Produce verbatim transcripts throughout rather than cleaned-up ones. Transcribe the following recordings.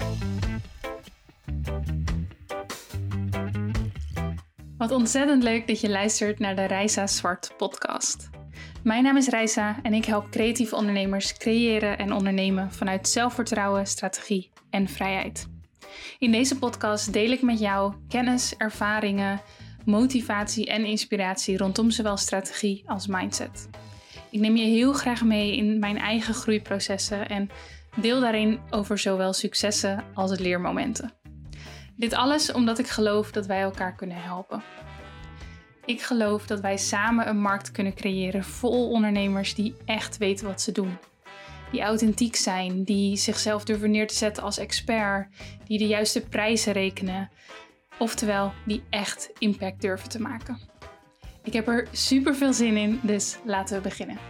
Wat ontzettend leuk dat je luistert naar de Reisa Zwart podcast. Mijn naam is Reisa en ik help creatieve ondernemers creëren en ondernemen vanuit zelfvertrouwen, strategie en vrijheid. In deze podcast deel ik met jou kennis, ervaringen, motivatie en inspiratie rondom zowel strategie als mindset. Ik neem je heel graag mee in mijn eigen groeiprocessen en deel daarin over zowel successen als leermomenten. Dit alles omdat ik geloof dat wij elkaar kunnen helpen. Ik geloof dat wij samen een markt kunnen creëren vol ondernemers die echt weten wat ze doen. Die authentiek zijn, die zichzelf durven neer te zetten als expert, die de juiste prijzen rekenen. Oftewel, die echt impact durven te maken. Ik heb er super veel zin in, dus laten we beginnen.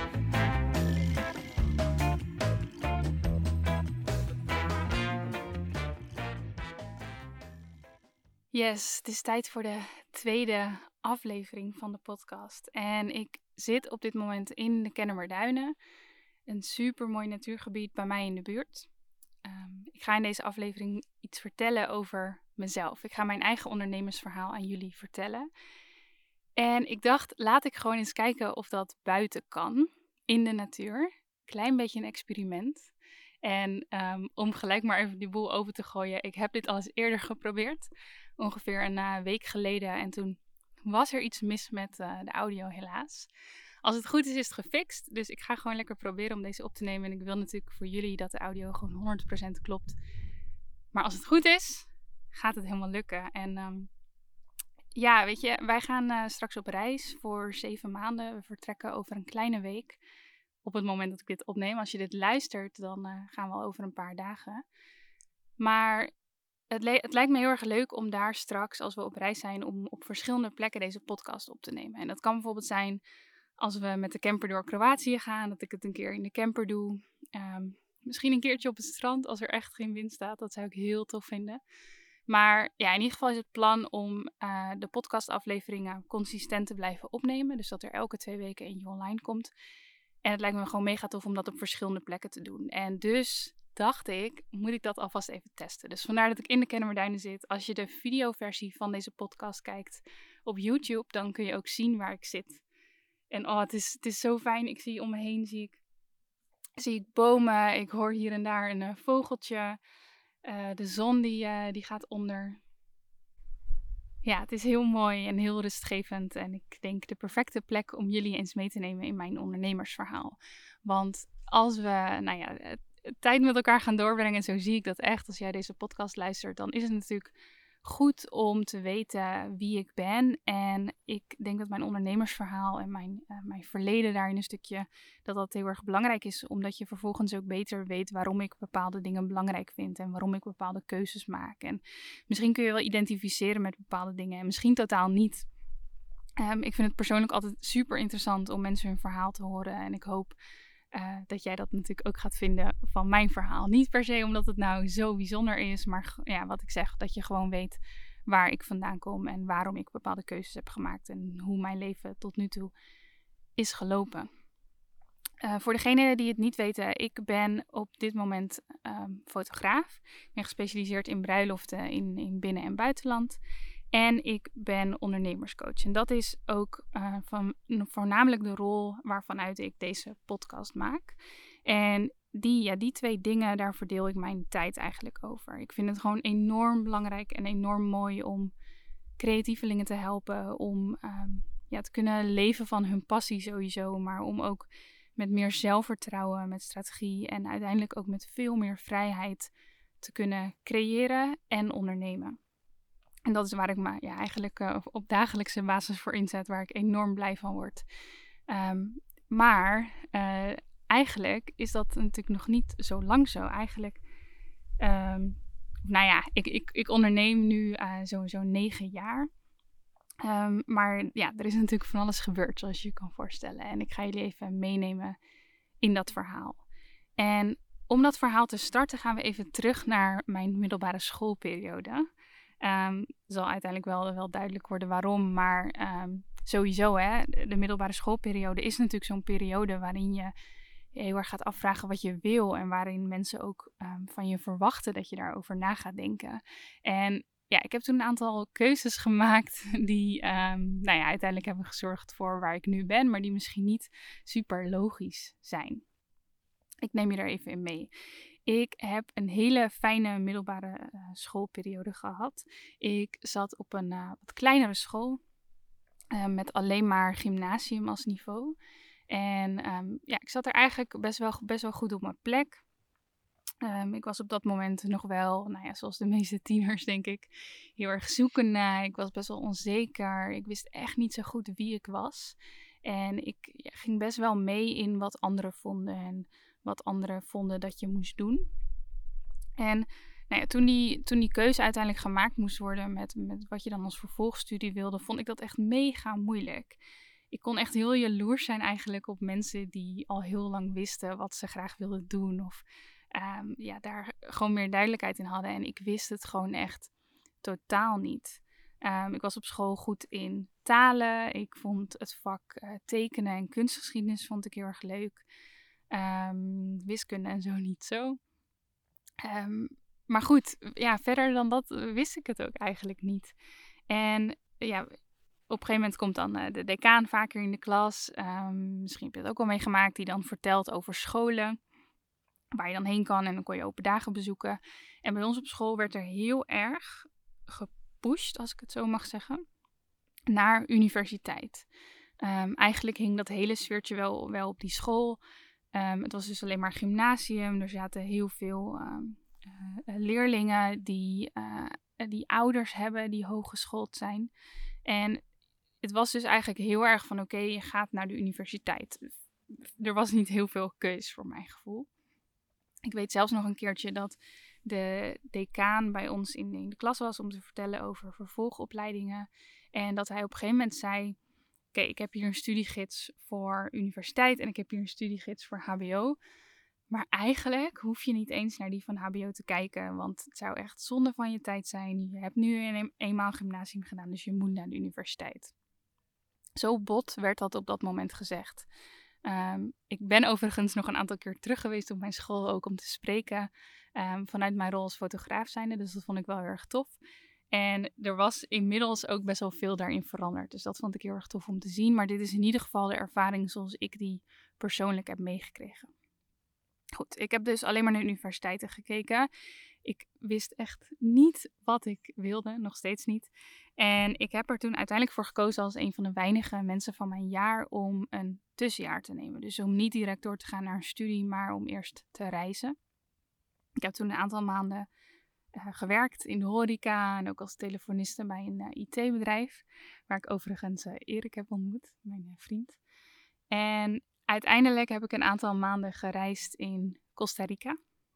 Yes, het is tijd voor de tweede aflevering van de podcast. En ik zit op dit moment in de Kennemerduinen. Een super mooi natuurgebied bij mij in de buurt. Um, ik ga in deze aflevering iets vertellen over mezelf. Ik ga mijn eigen ondernemersverhaal aan jullie vertellen. En ik dacht, laat ik gewoon eens kijken of dat buiten kan. In de natuur. Klein beetje een experiment. En um, om gelijk maar even die boel open te gooien. Ik heb dit al eens eerder geprobeerd. Ongeveer een uh, week geleden. En toen was er iets mis met uh, de audio helaas. Als het goed is, is het gefixt. Dus ik ga gewoon lekker proberen om deze op te nemen. En ik wil natuurlijk voor jullie dat de audio gewoon honderd procent klopt. Maar als het goed is, gaat het helemaal lukken. En um, ja, weet je, wij gaan uh, straks op reis voor zeven maanden. We vertrekken over een kleine week. Op het moment dat ik dit opneem. Als je dit luistert, dan uh, gaan we al over een paar dagen. Maar het, le- het lijkt me heel erg leuk om daar straks, als we op reis zijn, om op verschillende plekken deze podcast op te nemen. En dat kan bijvoorbeeld zijn als we met de camper door Kroatië gaan, dat ik het een keer in de camper doe. Um, misschien een keertje op het strand als er echt geen wind staat. Dat zou ik heel tof vinden. Maar ja, in ieder geval is het plan om uh, de podcastafleveringen consistent te blijven opnemen. Dus dat er elke twee weken eentje online komt. En het lijkt me gewoon mega tof om dat op verschillende plekken te doen. En dus dacht ik, moet ik dat alvast even testen. Dus vandaar dat ik in de Kennemerduinen zit. Als je de videoversie van deze podcast kijkt op YouTube, dan kun je ook zien waar ik zit. En oh, het is, het is zo fijn. Ik zie om me heen, zie ik, zie ik bomen. Ik hoor hier en daar een uh, vogeltje. Uh, de zon die, uh, die gaat onder. Ja, het is heel mooi en heel rustgevend. En ik denk de perfecte plek om jullie eens mee te nemen in mijn ondernemersverhaal. Want als we, nou ja, het, het tijd met elkaar gaan doorbrengen, en zo zie ik dat echt. Als jij deze podcast luistert, dan is het natuurlijk goed om te weten wie ik ben. En ik denk dat mijn ondernemersverhaal en mijn, uh, mijn verleden daarin een stukje, dat dat heel erg belangrijk is. Omdat je vervolgens ook beter weet waarom ik bepaalde dingen belangrijk vind. En waarom ik bepaalde keuzes maak. En misschien kun je wel identificeren met bepaalde dingen. En misschien totaal niet. Um, ik vind het persoonlijk altijd super interessant om mensen hun verhaal te horen. En ik hoop Uh, dat jij dat natuurlijk ook gaat vinden van mijn verhaal. Niet per se omdat het nou zo bijzonder is, maar ja, wat ik zeg, dat je gewoon weet waar ik vandaan kom en waarom ik bepaalde keuzes heb gemaakt en hoe mijn leven tot nu toe is gelopen. Uh, voor degenen die het niet weten, ik ben op dit moment um, fotograaf. Ik ben gespecialiseerd in bruiloften in, in binnen- en buitenland. En ik ben ondernemerscoach. En dat is ook uh, van, voornamelijk de rol waarvanuit ik deze podcast maak. En die, ja, die twee dingen, daar verdeel ik mijn tijd eigenlijk over. Ik vind het gewoon enorm belangrijk en enorm mooi om creatievelingen te helpen. Om um, ja, te kunnen leven van hun passie sowieso. Maar om ook met meer zelfvertrouwen, met strategie en uiteindelijk ook met veel meer vrijheid te kunnen creëren en ondernemen. En dat is waar ik me ja, eigenlijk uh, op dagelijkse basis voor inzet, waar ik enorm blij van word. Um, maar uh, eigenlijk is dat natuurlijk nog niet zo lang zo. Eigenlijk, um, nou ja, ik, ik, ik onderneem nu uh, sowieso negen jaar. Um, maar ja, er is natuurlijk van alles gebeurd, zoals je je kan voorstellen. En ik ga jullie even meenemen in dat verhaal. En om dat verhaal te starten gaan we even terug naar mijn middelbare schoolperiode. Um, zal uiteindelijk wel, wel duidelijk worden waarom, maar um, sowieso, hè, de middelbare schoolperiode is natuurlijk zo'n periode waarin je je heel erg gaat afvragen wat je wil. En waarin mensen ook um, van je verwachten dat je daarover na gaat denken. En ja, ik heb toen een aantal keuzes gemaakt die um, nou ja, uiteindelijk hebben gezorgd voor waar ik nu ben. Maar die misschien niet super logisch zijn. Ik neem je er even in mee. Ik heb een hele fijne middelbare uh, schoolperiode gehad. Ik zat op een uh, wat kleinere school. Uh, met alleen maar gymnasium als niveau. En um, ja, ik zat er eigenlijk best wel, best wel goed op mijn plek. Um, ik was op dat moment nog wel, nou ja, zoals de meeste tieners denk ik, heel erg zoekende. Ik was best wel onzeker. Ik wist echt niet zo goed wie ik was. En ik ja, ging best wel mee in wat anderen vonden en wat anderen vonden dat je moest doen. En nou ja, toen, die, toen die keuze uiteindelijk gemaakt moest worden met, met wat je dan als vervolgstudie wilde, vond ik dat echt mega moeilijk. Ik kon echt heel jaloers zijn eigenlijk op mensen die al heel lang wisten wat ze graag wilden doen. Of um, ja, daar gewoon meer duidelijkheid in hadden. En ik wist het gewoon echt totaal niet. Um, ik was op school goed in talen. Ik vond het vak uh, tekenen en kunstgeschiedenis vond ik heel erg leuk. Um, wiskunde en zo niet zo. Um, maar goed, ja, verder dan dat wist ik het ook eigenlijk niet. En ja, op een gegeven moment komt dan uh, de decaan vaker in de klas. Um, misschien heb je het ook al meegemaakt, die dan vertelt over scholen. Waar je dan heen kan en dan kon je open dagen bezoeken. En bij ons op school werd er heel erg gepusht, als ik het zo mag zeggen, naar universiteit. Um, eigenlijk hing dat hele sfeertje wel, wel op die school. Um, het was dus alleen maar gymnasium. Er zaten heel veel um, uh, leerlingen die, uh, die ouders hebben die hooggeschoold zijn. En het was dus eigenlijk heel erg van oké, okay, je gaat naar de universiteit. Er was niet heel veel keus voor mijn gevoel. Ik weet zelfs nog een keertje dat de decaan bij ons in, in de klas was om te vertellen over vervolgopleidingen. En dat hij op een gegeven moment zei, oké, okay, ik heb hier een studiegids voor universiteit en ik heb hier een studiegids voor H B O. Maar eigenlijk hoef je niet eens naar die van H B O te kijken, want het zou echt zonde van je tijd zijn. Je hebt nu een, eenmaal gymnasium gedaan, dus je moet naar de universiteit. Zo bot werd dat op dat moment gezegd. Um, ik ben overigens nog een aantal keer terug geweest op mijn school ook om te spreken um, vanuit mijn rol als fotograaf zijnde. Dus dat vond ik wel heel erg tof. En er was inmiddels ook best wel veel daarin veranderd. Dus dat vond ik heel erg tof om te zien. Maar dit is in ieder geval de ervaring zoals ik die persoonlijk heb meegekregen. Goed, ik heb dus alleen maar naar universiteiten gekeken. Ik wist echt niet wat ik wilde, nog steeds niet. En ik heb er toen uiteindelijk voor gekozen als een van de weinige mensen van mijn jaar om een tussenjaar te nemen. Dus om niet direct door te gaan naar een studie, maar om eerst te reizen. Ik heb toen een aantal maanden uh, gewerkt in de horeca en ook als telefoniste bij een uh, I T-bedrijf. Waar ik overigens uh, Erik heb ontmoet, mijn uh, vriend. En uiteindelijk heb ik een aantal maanden gereisd in Costa Rica.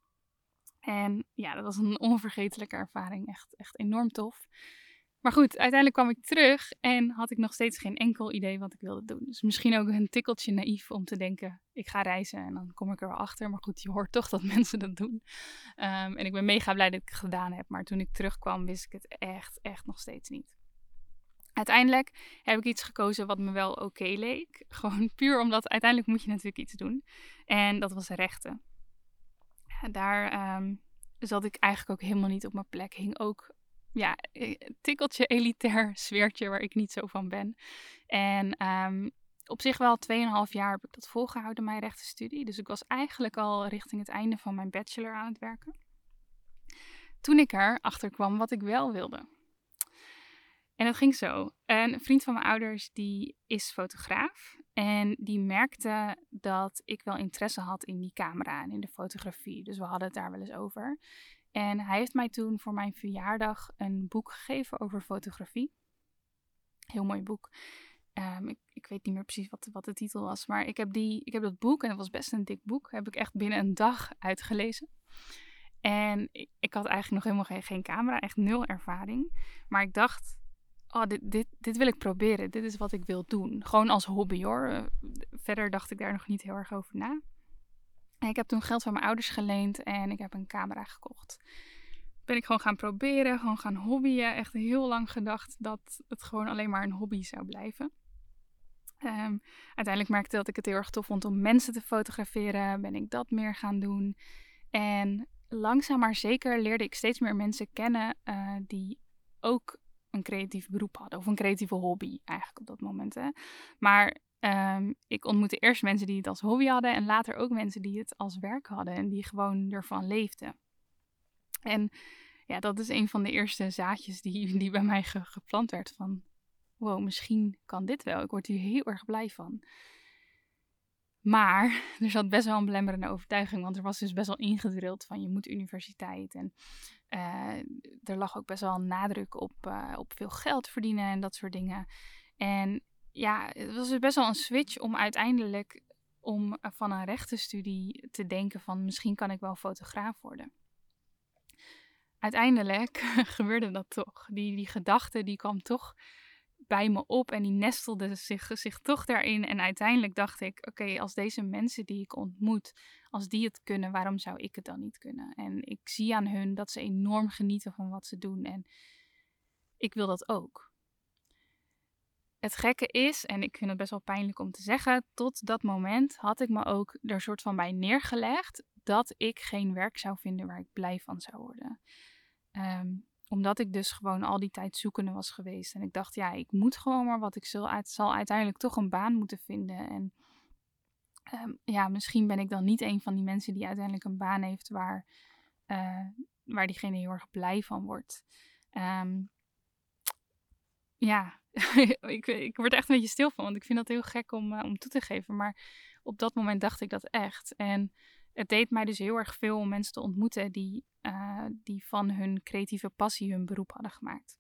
En ja, dat was een onvergetelijke ervaring. Echt, echt enorm tof. Maar goed, uiteindelijk kwam ik terug en had ik nog steeds geen enkel idee wat ik wilde doen. Dus misschien ook een tikkeltje naïef om te denken, ik ga reizen en dan kom ik er wel achter. Maar goed, je hoort toch dat mensen dat doen. Um, en ik ben mega blij dat ik het gedaan heb. Maar toen ik terugkwam wist ik het echt, echt nog steeds niet. Uiteindelijk heb ik iets gekozen wat me wel oké okay leek. Gewoon puur omdat uiteindelijk moet je natuurlijk iets doen. En dat was rechten. Daar um, zat ik eigenlijk ook helemaal niet op mijn plek. Hing ook ja, een tikkeltje elitair sfeertje waar ik niet zo van ben. En um, op zich wel tweeënhalf jaar heb ik dat volgehouden, mijn rechtenstudie. Dus ik was eigenlijk al richting het einde van mijn bachelor aan het werken. Toen ik erachter kwam wat ik wel wilde. En dat ging zo. Een vriend van mijn ouders die is fotograaf. En die merkte dat ik wel interesse had in die camera en in de fotografie. Dus we hadden het daar wel eens over. En hij heeft mij toen voor mijn verjaardag een boek gegeven over fotografie. Heel mooi boek. Um, ik, ik weet niet meer precies wat, wat de titel was. Maar ik heb, die, ik heb dat boek, en het was best een dik boek, heb ik echt binnen een dag uitgelezen. En ik, ik had eigenlijk nog helemaal geen, geen camera, echt nul ervaring. Maar ik dacht, oh, dit, dit, dit wil ik proberen. Dit is wat ik wil doen. Gewoon als hobby hoor. Uh, verder dacht ik daar nog niet heel erg over na. En ik heb toen geld van mijn ouders geleend en ik heb een camera gekocht. Ben ik gewoon gaan proberen, gewoon gaan hobbyen. Echt heel lang gedacht dat het gewoon alleen maar een hobby zou blijven. Um, uiteindelijk merkte ik dat ik het heel erg tof vond om mensen te fotograferen. Ben ik dat meer gaan doen. En langzaam maar zeker leerde ik steeds meer mensen kennen uh, die ook een creatief beroep hadden. Of een creatieve hobby eigenlijk op dat moment. Hè. Maar um, ik ontmoette eerst mensen die het als hobby hadden. En later ook mensen die het als werk hadden. En die gewoon ervan leefden. En ja, dat is een van de eerste zaadjes die, die bij mij ge- geplant werd. Van wow, misschien kan dit wel. Ik word hier heel erg blij van. Maar er zat best wel een belemmerende overtuiging. Want er was dus best wel ingedrild van je moet universiteit. En uh, er lag ook best wel een nadruk op, uh, op veel geld verdienen en dat soort dingen. En ja, het was dus best wel een switch om uiteindelijk om van een rechtenstudie te denken van misschien kan ik wel fotograaf worden. Uiteindelijk gebeurde dat toch. Die, die gedachte die kwam toch bij me op en die nestelde zich, zich toch daarin. En uiteindelijk dacht ik, oké, okay, als deze mensen die ik ontmoet, als die het kunnen, waarom zou ik het dan niet kunnen? En ik zie aan hun dat ze enorm genieten van wat ze doen en ik wil dat ook. Het gekke is, en ik vind het best wel pijnlijk om te zeggen, tot dat moment had ik me ook er soort van bij neergelegd dat ik geen werk zou vinden waar ik blij van zou worden. Um, omdat ik dus gewoon al die tijd zoekende was geweest. En ik dacht, ja, ik moet gewoon maar wat. Ik zal, uit, zal uiteindelijk toch een baan moeten vinden. En um, ja, misschien ben ik dan niet een van die mensen die uiteindelijk een baan heeft waar, uh, waar diegene heel erg blij van wordt. Um, ja, ik, ik word er echt een beetje stil van, want ik vind dat heel gek om, uh, om toe te geven. Maar op dat moment dacht ik dat echt. En het deed mij dus heel erg veel om mensen te ontmoeten die, uh, die van hun creatieve passie hun beroep hadden gemaakt.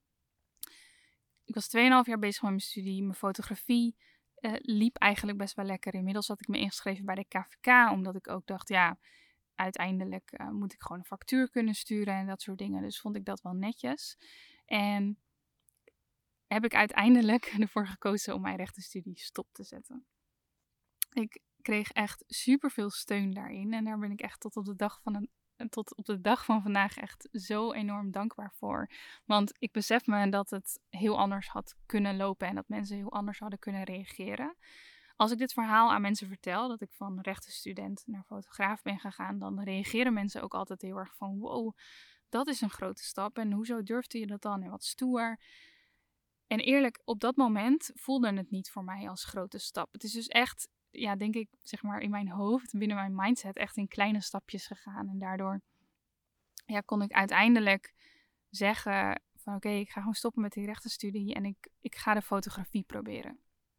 Ik was twee en een half jaar bezig met mijn studie. Mijn fotografie uh, liep eigenlijk best wel lekker. Inmiddels had ik me ingeschreven bij de K V K, omdat ik ook dacht, ja, uiteindelijk uh, moet ik gewoon een factuur kunnen sturen en dat soort dingen. Dus vond ik dat wel netjes. En heb ik uiteindelijk ervoor gekozen om mijn rechtenstudie stop te zetten. Ik kreeg echt superveel steun daarin. En daar ben ik echt tot op de dag van, een, tot op de dag van vandaag echt zo enorm dankbaar voor. Want ik besef me dat het heel anders had kunnen lopen en dat mensen heel anders hadden kunnen reageren. Als ik dit verhaal aan mensen vertel, dat ik van rechtenstudent naar fotograaf ben gegaan, dan reageren mensen ook altijd heel erg van wow, dat is een grote stap. En hoezo durfde je dat dan? En wat stoer. En eerlijk, op dat moment voelde het niet voor mij als grote stap. Het is dus echt, ja, denk ik, zeg maar in mijn hoofd, binnen mijn mindset, echt in kleine stapjes gegaan. En daardoor ja, kon ik uiteindelijk zeggen van oké, okay, ik ga gewoon stoppen met die rechtenstudie en ik, ik ga de fotografie proberen.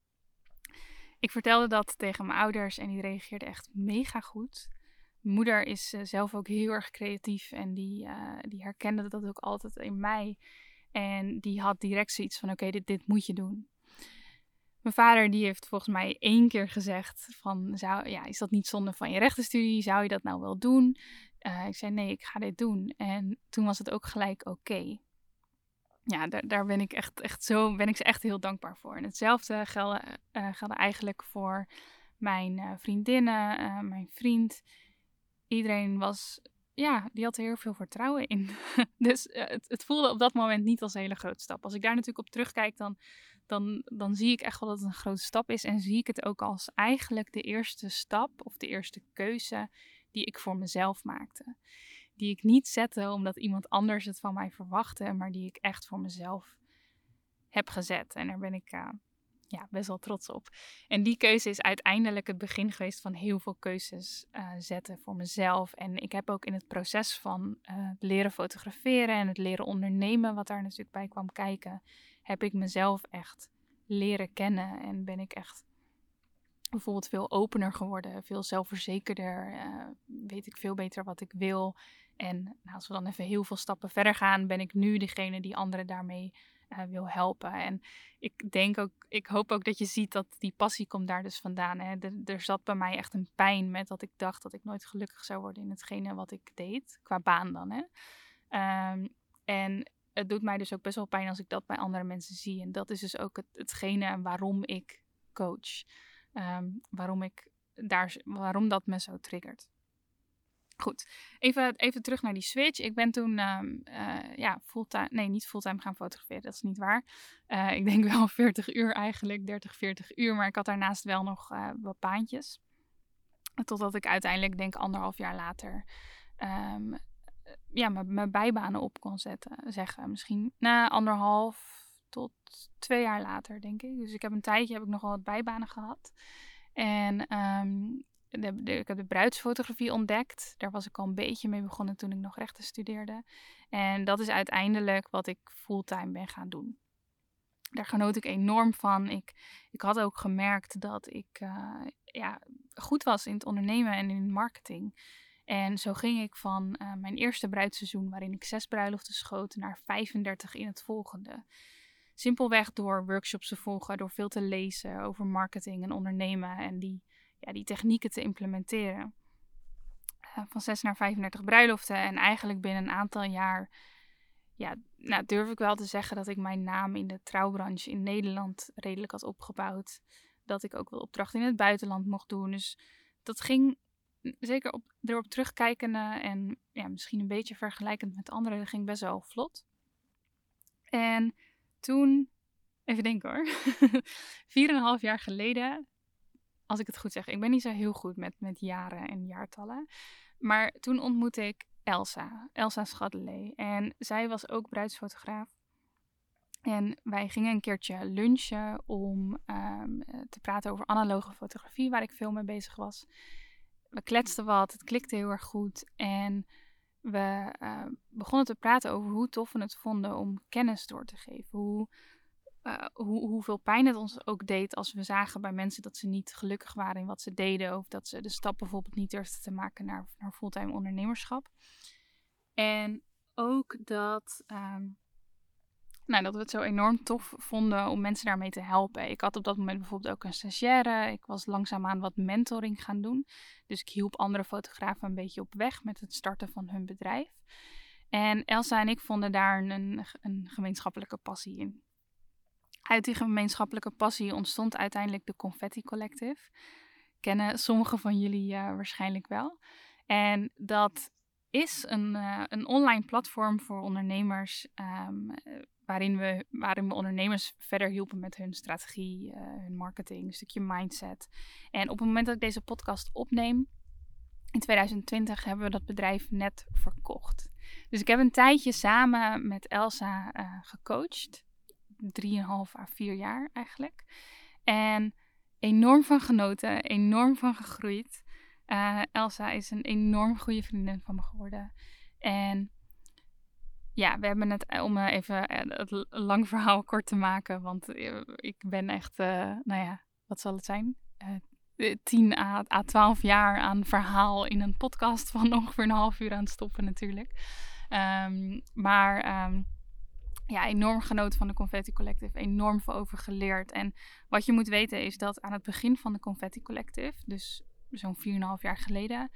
Ik vertelde dat tegen mijn ouders en die reageerden echt mega goed. Mijn moeder is uh, zelf ook heel erg creatief en die, uh, die herkende dat ook altijd in mij. En die had direct zoiets van, oké, okay, dit, dit moet je doen. Mijn vader die heeft volgens mij één keer gezegd van, zou, ja, is dat niet zonde van je rechtenstudie? Zou je dat nou wel doen? Uh, ik zei, nee, ik ga dit doen. En toen was het ook gelijk oké. Okay. Ja, daar, daar ben ik echt, echt zo, ben ik ze echt heel dankbaar voor. En hetzelfde geldde, uh, geldde eigenlijk voor mijn uh, vriendinnen, uh, mijn vriend. Iedereen was, ja, die had er heel veel vertrouwen in. Dus uh, het, het voelde op dat moment niet als een hele grote stap. Als ik daar natuurlijk op terugkijk, dan, dan, dan zie ik echt wel dat het een grote stap is. En zie ik het ook als eigenlijk de eerste stap of de eerste keuze die ik voor mezelf maakte. Die ik niet zette omdat iemand anders het van mij verwachtte, maar die ik echt voor mezelf heb gezet. En daar ben ik uh, ja, best wel trots op. En die keuze is uiteindelijk het begin geweest van heel veel keuzes uh, zetten voor mezelf. En ik heb ook in het proces van uh, het leren fotograferen en het leren ondernemen, wat daar natuurlijk bij kwam kijken, heb ik mezelf echt leren kennen en ben ik echt bijvoorbeeld veel opener geworden, veel zelfverzekerder, uh, weet ik veel beter wat ik wil. En nou, als we dan even heel veel stappen verder gaan, ben ik nu degene die anderen daarmee uh, wil helpen. En ik denk ook, ik hoop ook dat je ziet dat die passie komt daar dus vandaan. Hè. Er, er zat bij mij echt een pijn met dat ik dacht dat ik nooit gelukkig zou worden in hetgene wat ik deed, qua baan dan. Hè. Um, en het doet mij dus ook best wel pijn als ik dat bij andere mensen zie. En dat is dus ook het, hetgene waarom ik coach. Um, waarom ik daar, waarom dat me zo triggert. Goed, even, even terug naar die switch. Ik ben toen um, uh, ja, fulltime, nee niet fulltime gaan fotograferen, dat is niet waar. Uh, ik denk wel veertig uur eigenlijk, dertig, veertig uur. Maar ik had daarnaast wel nog uh, wat baantjes. Totdat ik uiteindelijk denk anderhalf jaar later um, ja, mijn bijbanen op kon zetten. Zeggen misschien na anderhalf tot twee jaar later, denk ik. Dus ik heb een tijdje heb ik nog wel wat bijbanen gehad. En um, de, de, ik heb de bruidsfotografie ontdekt. Daar was ik al een beetje mee begonnen toen ik nog rechten studeerde. En dat is uiteindelijk wat ik fulltime ben gaan doen. Daar genoot ik enorm van. Ik, ik had ook gemerkt dat ik uh, ja, goed was in het ondernemen en in marketing. En zo ging ik van uh, mijn eerste bruidsseizoen, waarin ik zes bruiloften schoot, naar vijfendertig in het volgende. Simpelweg door workshops te volgen, door veel te lezen over marketing en ondernemen en die, ja, die technieken te implementeren. Uh, van zes naar vijfendertig bruiloften en eigenlijk binnen een aantal jaar, ja, nou, durf ik wel te zeggen dat ik mijn naam in de trouwbranche in Nederland redelijk had opgebouwd. Dat ik ook wel opdrachten in het buitenland mocht doen. Dus dat ging, zeker op, erop terugkijkende en ja, misschien een beetje vergelijkend met anderen, dat ging best wel vlot. En toen, even denken hoor, vier en een half jaar geleden, als ik het goed zeg, ik ben niet zo heel goed met, met jaren en jaartallen, maar toen ontmoette ik Elsa, Elsa Schaddelee. En zij was ook bruidsfotograaf. En wij gingen een keertje lunchen om um, te praten over analoge fotografie, waar ik veel mee bezig was. We kletsten wat, het klikte heel erg goed. En we uh, begonnen te praten over hoe tof we het vonden om kennis door te geven. Hoe, uh, hoe, hoeveel pijn het ons ook deed als we zagen bij mensen dat ze niet gelukkig waren in wat ze deden. Of dat ze de stap bijvoorbeeld niet durfden te maken naar, naar fulltime ondernemerschap. En ook dat, um, nou, dat we het zo enorm tof vonden om mensen daarmee te helpen. Ik had op dat moment bijvoorbeeld ook een stagiaire. Ik was langzaamaan wat mentoring gaan doen. Dus ik hielp andere fotografen een beetje op weg met het starten van hun bedrijf. En Elsa en ik vonden daar een, een gemeenschappelijke passie in. Uit die gemeenschappelijke passie ontstond uiteindelijk de Confetti Collective. Kennen sommigen van jullie uh, waarschijnlijk wel. En dat is een, uh, een online platform voor ondernemers, um, waarin, we, waarin we ondernemers verder hielpen met hun strategie, uh, hun marketing, een stukje mindset. En op het moment dat ik deze podcast opneem, in twintig twintig, hebben we dat bedrijf net verkocht. Dus ik heb een tijdje samen met Elsa uh, gecoacht. Drieënhalf à vier jaar eigenlijk. En enorm van genoten, enorm van gegroeid. Uh, Elsa is een enorm goede vriendin van me geworden. En ja, we hebben het, om even het lang verhaal kort te maken, want ik ben echt, uh, nou ja, wat zal het zijn? Uh, tien à twaalf jaar aan verhaal in een podcast van ongeveer een half uur aan het stoppen natuurlijk. Um, maar um, ja, enorm genoten van de Confetti Collective, enorm veel over geleerd. En wat je moet weten is dat aan het begin van de Confetti Collective, dus zo'n vier en een half jaar geleden,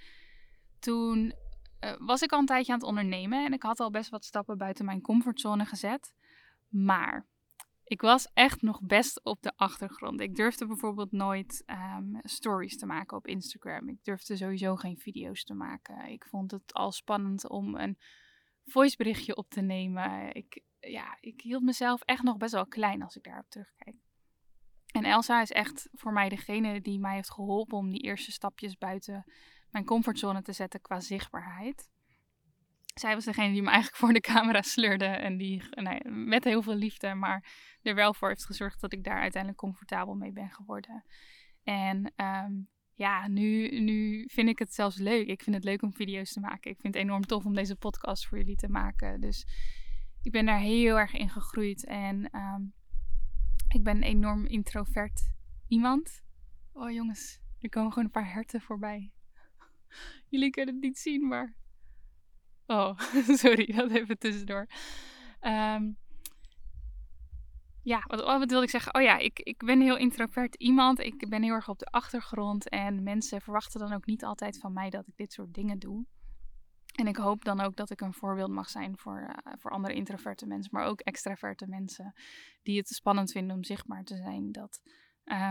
toen uh, was ik al een tijdje aan het ondernemen en ik had al best wat stappen buiten mijn comfortzone gezet. Maar ik was echt nog best op de achtergrond. Ik durfde bijvoorbeeld nooit um, stories te maken op Instagram. Ik durfde sowieso geen video's te maken. Ik vond het al spannend om een voiceberichtje op te nemen. Ik, ja, ik hield mezelf echt nog best wel klein als ik daarop terugkijk. En Elsa is echt voor mij degene die mij heeft geholpen om die eerste stapjes buiten mijn comfortzone te zetten qua zichtbaarheid. Zij was degene die me eigenlijk voor de camera sleurde en die nou ja, met heel veel liefde, maar er wel voor heeft gezorgd dat ik daar uiteindelijk comfortabel mee ben geworden. En um, ja, nu, nu vind ik het zelfs leuk. Ik vind het leuk om video's te maken. Ik vind het enorm tof om deze podcast voor jullie te maken. Dus ik ben daar heel erg in gegroeid en um, ik ben een enorm introvert iemand. Oh jongens, er komen gewoon een paar herten voorbij. Jullie kunnen het niet zien, maar... Oh, sorry, dat even tussendoor. Um, ja, wat, wat wilde ik zeggen? Oh ja, ik, ik ben een heel introvert iemand. Ik ben heel erg op de achtergrond. En mensen verwachten dan ook niet altijd van mij dat ik dit soort dingen doe. En ik hoop dan ook dat ik een voorbeeld mag zijn voor, uh, voor andere introverte mensen. Maar ook extraverte mensen die het spannend vinden om zichtbaar te zijn. Dat, um,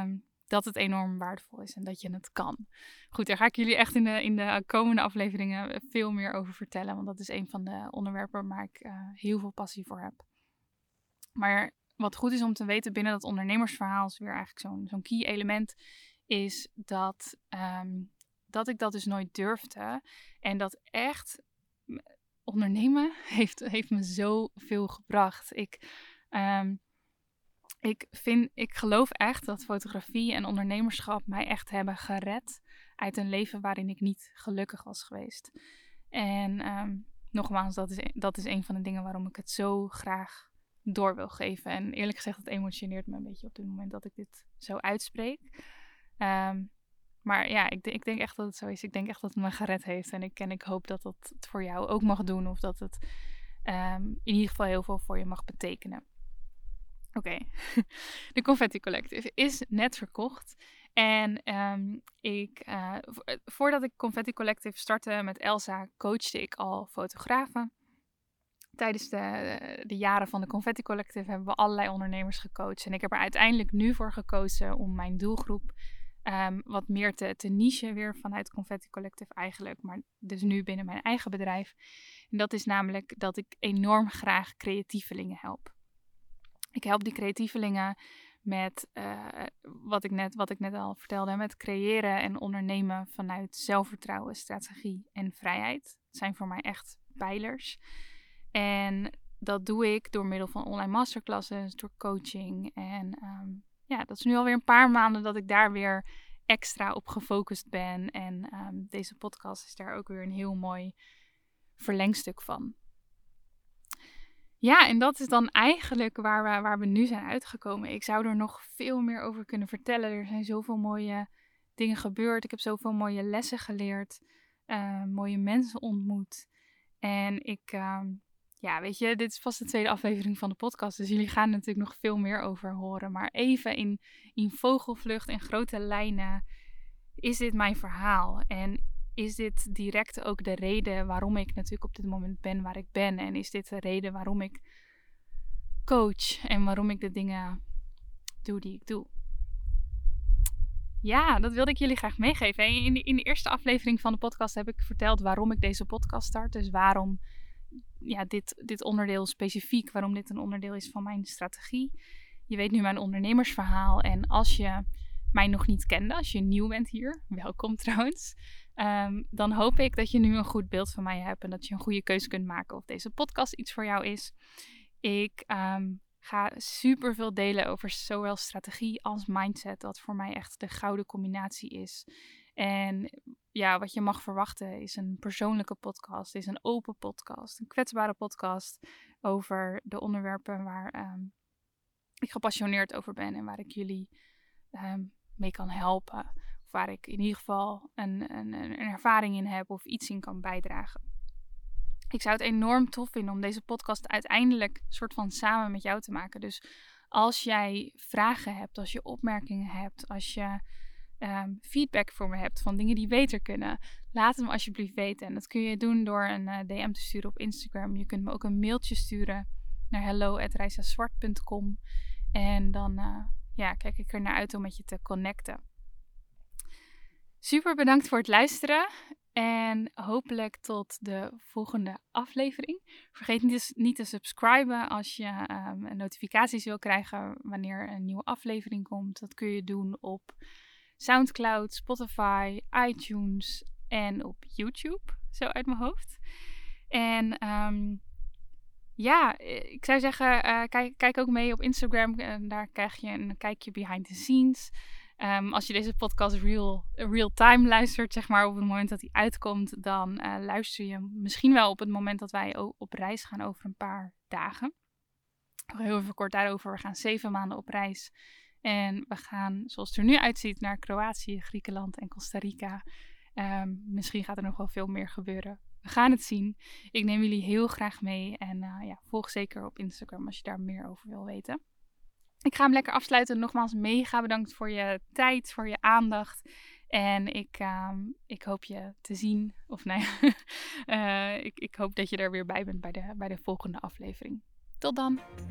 dat het enorm waardevol is en dat je het kan. Goed, daar ga ik jullie echt in de, in de komende afleveringen veel meer over vertellen. Want dat is een van de onderwerpen waar ik uh, heel veel passie voor heb. Maar wat goed is om te weten binnen dat ondernemersverhaal, is weer eigenlijk zo'n, zo'n key element, is dat, um, dat ik dat dus nooit durfde. En dat echt ondernemen heeft, heeft me zoveel gebracht. Ik... Um, Ik, vind, ik geloof echt dat fotografie en ondernemerschap mij echt hebben gered uit een leven waarin ik niet gelukkig was geweest. En um, nogmaals, dat is, dat is een van de dingen waarom ik het zo graag door wil geven. En eerlijk gezegd, het emotioneert me een beetje op het moment dat ik dit zo uitspreek. Um, maar ja, ik, ik denk echt dat het zo is. Ik denk echt dat het me gered heeft. En ik, en ik hoop dat dat het voor jou ook mag doen. Of dat het um, in ieder geval heel veel voor je mag betekenen. Oké, okay. De Confetti Collective is net verkocht. En um, ik, uh, voordat ik Confetti Collective startte met Elsa, coachte ik al fotografen. Tijdens de, de jaren van de Confetti Collective hebben we allerlei ondernemers gecoacht. En ik heb er uiteindelijk nu voor gekozen om mijn doelgroep um, wat meer te, te nichen weer vanuit Confetti Collective eigenlijk. Maar dus nu binnen mijn eigen bedrijf. En dat is namelijk dat ik enorm graag creatievelingen help. Ik help die creatievelingen met uh, wat, ik net, wat ik net al vertelde, met creëren en ondernemen vanuit zelfvertrouwen, strategie en vrijheid. Dat zijn voor mij echt pijlers. En dat doe ik door middel van online masterclasses, door coaching. En um, ja, dat is nu alweer een paar maanden dat ik daar weer extra op gefocust ben. En um, deze podcast is daar ook weer een heel mooi verlengstuk van. Ja, en dat is dan eigenlijk waar we, waar we nu zijn uitgekomen. Ik zou er nog veel meer over kunnen vertellen. Er zijn zoveel mooie dingen gebeurd. Ik heb zoveel mooie lessen geleerd. Uh, mooie mensen ontmoet. En ik, uh, ja, weet je, dit is pas de tweede aflevering van de podcast. Dus jullie gaan er natuurlijk nog veel meer over horen. Maar even in, in vogelvlucht, in grote lijnen, is dit mijn verhaal. En is dit direct ook de reden waarom ik natuurlijk op dit moment ben waar ik ben? En is dit de reden waarom ik coach en waarom ik de dingen doe die ik doe? Ja, dat wilde ik jullie graag meegeven. In de, in de eerste aflevering van de podcast heb ik verteld waarom ik deze podcast start. Dus waarom ja, dit, dit onderdeel specifiek, waarom dit een onderdeel is van mijn strategie. Je weet nu mijn ondernemersverhaal. En als je mij nog niet kende, als je nieuw bent hier, welkom trouwens. Um, dan hoop ik dat je nu een goed beeld van mij hebt en dat je een goede keuze kunt maken of deze podcast iets voor jou is. Ik um, ga super veel delen over zowel strategie als mindset, wat voor mij echt de gouden combinatie is. En ja, wat je mag verwachten is een persoonlijke podcast, is een open podcast, een kwetsbare podcast over de onderwerpen waar um, ik gepassioneerd over ben en waar ik jullie um, mee kan helpen. Of waar ik in ieder geval een, een, een ervaring in heb of iets in kan bijdragen. Ik zou het enorm tof vinden om deze podcast uiteindelijk soort van samen met jou te maken. Dus als jij vragen hebt, als je opmerkingen hebt, als je um, feedback voor me hebt van dingen die beter kunnen, laat het me alsjeblieft weten. En dat kun je doen door een uh, D M te sturen op Instagram. Je kunt me ook een mailtje sturen naar hello at reisazwart punt com. En dan uh, ja, kijk ik er naar uit om met je te connecten. Super bedankt voor het luisteren en hopelijk tot de volgende aflevering. Vergeet niet, niet te subscriben als je um, notificaties wil krijgen wanneer een nieuwe aflevering komt. Dat kun je doen op SoundCloud, Spotify, iTunes en op YouTube, zo uit mijn hoofd. En um, ja, ik zou zeggen, uh, kijk, kijk ook mee op Instagram. En daar krijg je een kijkje behind the scenes. Um, als je deze podcast real, real time luistert, zeg maar, op het moment dat hij uitkomt, dan uh, luister je misschien wel op het moment dat wij op reis gaan over een paar dagen. Nog heel even kort daarover. We gaan zeven maanden op reis. En we gaan, zoals het er nu uitziet, naar Kroatië, Griekenland en Costa Rica. Um, misschien gaat er nog wel veel meer gebeuren. We gaan het zien. Ik neem jullie heel graag mee. En uh, ja, volg zeker op Instagram als je daar meer over wil weten. Ik ga hem lekker afsluiten. Nogmaals mega bedankt voor je tijd, voor je aandacht. En ik, um, ik hoop je te zien. Of nee, uh, ik, ik hoop dat je er weer bij bent bij de, bij de volgende aflevering. Tot dan!